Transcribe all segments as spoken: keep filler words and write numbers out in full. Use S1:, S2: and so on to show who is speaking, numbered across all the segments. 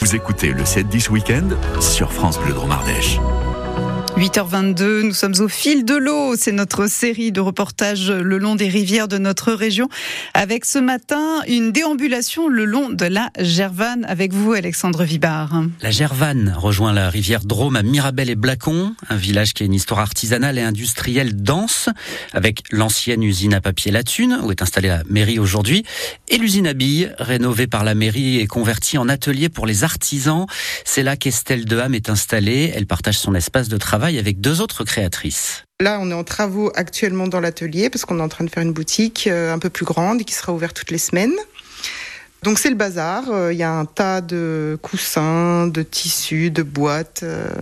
S1: Vous écoutez le sept dix Week-end sur France Bleu Drôme Ardèche.
S2: huit heures vingt-deux, nous sommes au fil de l'eau. C'est notre série de reportages le long des rivières de notre région. Avec ce matin, une déambulation le long de la Gervanne. Avec vous, Alexandre Vibard.
S3: La Gervanne rejoint la rivière Drôme à Mirabel et Blacon, un village qui a une histoire artisanale et industrielle dense, avec l'ancienne usine à papier La Thune, où est installée la mairie aujourd'hui, et l'usine à billes, rénovée par la mairie et convertie en atelier pour les artisans. C'est là qu'Estelle Deham est installée. Elle partage son espace de travail avec deux autres créatrices.
S4: Là, on est en travaux actuellement dans l'atelier parce qu'on est en train de faire une boutique un peu plus grande et qui sera ouverte toutes les semaines. Donc c'est le bazar, il y a un tas de coussins, de tissus, de boîtes.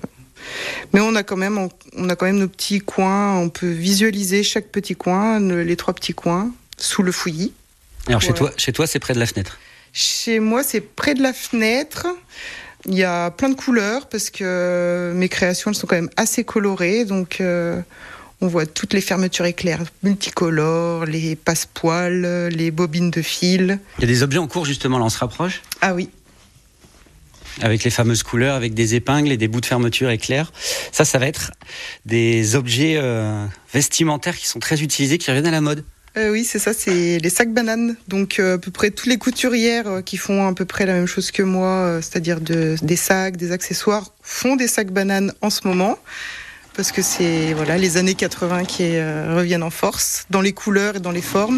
S4: Mais on a quand même, on a quand même nos petits coins, on peut visualiser chaque petit coin, les trois petits coins, sous le fouillis.
S3: Alors chez
S4: ouais.
S3: toi, chez toi, c'est près de la fenêtre.
S4: Chez moi, c'est près de la fenêtre. Il y a plein de couleurs parce que mes créations elles sont quand même assez colorées. Donc, euh, on voit toutes les fermetures éclairs multicolores, les passepoils, les bobines de fil.
S3: Il y a des objets en cours, justement, là, on se rapproche.
S4: Ah oui.
S3: Avec les fameuses couleurs, avec des épingles et des bouts de fermeture éclairs. Ça, ça va être des objets euh, vestimentaires qui sont très utilisés, qui reviennent à la mode.
S4: Euh, oui, c'est ça, c'est les sacs bananes. Donc euh, à peu près toutes les couturières euh, qui font à peu près la même chose que moi, euh, c'est-à-dire de, des sacs, des accessoires, font des sacs bananes en ce moment. Parce que c'est voilà, les années quatre-vingts qui euh, reviennent en force, dans les couleurs et dans les formes.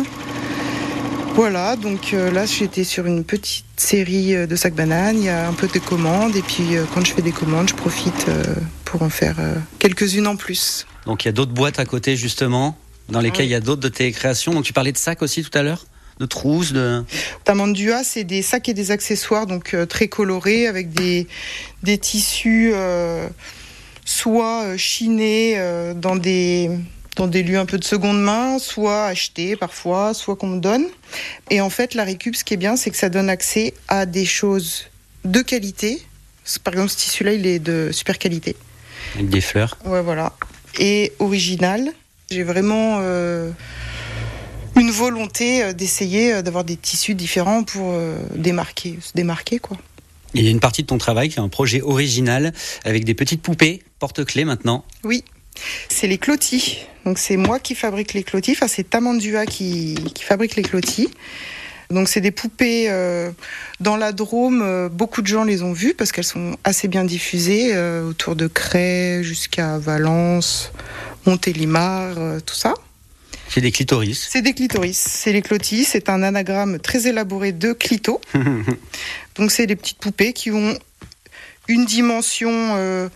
S4: Voilà, donc euh, là j'étais sur une petite série de sacs bananes, il y a un peu de commandes. Et puis euh, quand je fais des commandes, je profite euh, pour en faire euh, quelques-unes en plus.
S3: Donc il y a d'autres boîtes à côté, justement, dans lesquelles il y a d'autres de tes créations. Donc tu parlais de sacs aussi tout à l'heure, de trousses, de...
S4: Tamandua, c'est des sacs et des accessoires donc euh, très colorés avec des, des tissus euh, soit euh, chinés euh, dans des, dans des lieux un peu de seconde main, soit achetés parfois, soit qu'on me donne. Et en fait, la récup, ce qui est bien, c'est que ça donne accès à des choses de qualité. Par exemple, ce tissu-là, il est de super qualité.
S3: Avec des fleurs.
S4: Ouais, voilà. Et original. J'ai vraiment euh, une volonté d'essayer d'avoir des tissus différents pour euh, démarquer, se démarquer, quoi.
S3: Il y a une partie de ton travail qui est un projet original avec des petites poupées porte-clés maintenant.
S4: Oui, c'est les clottis. Donc c'est moi qui fabrique les clottis. Enfin, c'est Tamandua qui, qui fabrique les clottis. Donc c'est des poupées euh, dans la Drôme. Euh, beaucoup de gens les ont vues parce qu'elles sont assez bien diffusées euh, autour de Cray jusqu'à Valence, Montélimar, euh, tout ça.
S3: C'est des clitoris.
S4: C'est des clitoris. C'est les clottis. C'est un anagramme très élaboré de clito. Donc c'est des petites poupées qui ont une dimension euh,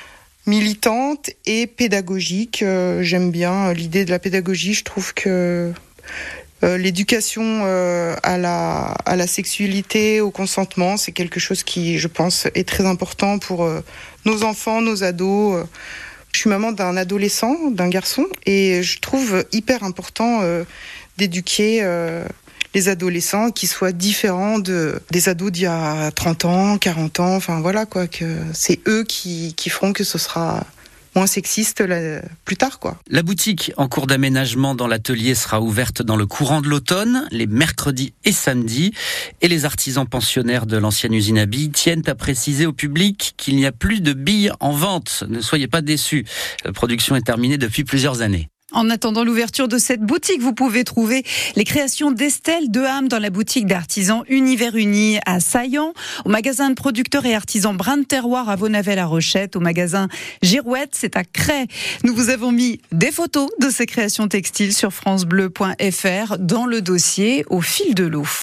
S4: militante et pédagogique. Euh, j'aime bien l'idée de la pédagogie. Je trouve que Euh, l'éducation euh, à la à la sexualité, au consentement, c'est quelque chose qui, je pense, est très important pour euh, nos enfants, nos ados. Je suis maman d'un adolescent, d'un garçon, et je trouve hyper important euh, d'éduquer euh, les adolescents qui soient différents de des ados d'il y a trente ans, quarante ans. Enfin voilà quoi, que c'est eux qui qui feront que ce sera moins sexiste là, plus tard, quoi.
S3: La boutique en cours d'aménagement dans l'atelier sera ouverte dans le courant de l'automne, les mercredis et samedis. Et les artisans pensionnaires de l'ancienne usine à billes tiennent à préciser au public qu'il n'y a plus de billes en vente. Ne soyez pas déçus. La production est terminée depuis plusieurs années.
S2: En attendant l'ouverture de cette boutique, vous pouvez trouver les créations d'Estelle Deham dans la boutique d'artisans Univers Unis à Saillant, au magasin de producteurs et artisans Brin de Terroir à Vonavel-la-Rochette, au magasin Girouette, c'est à Cray. Nous vous avons mis des photos de ces créations textiles sur francebleu point f r dans le dossier Au fil de l'eau.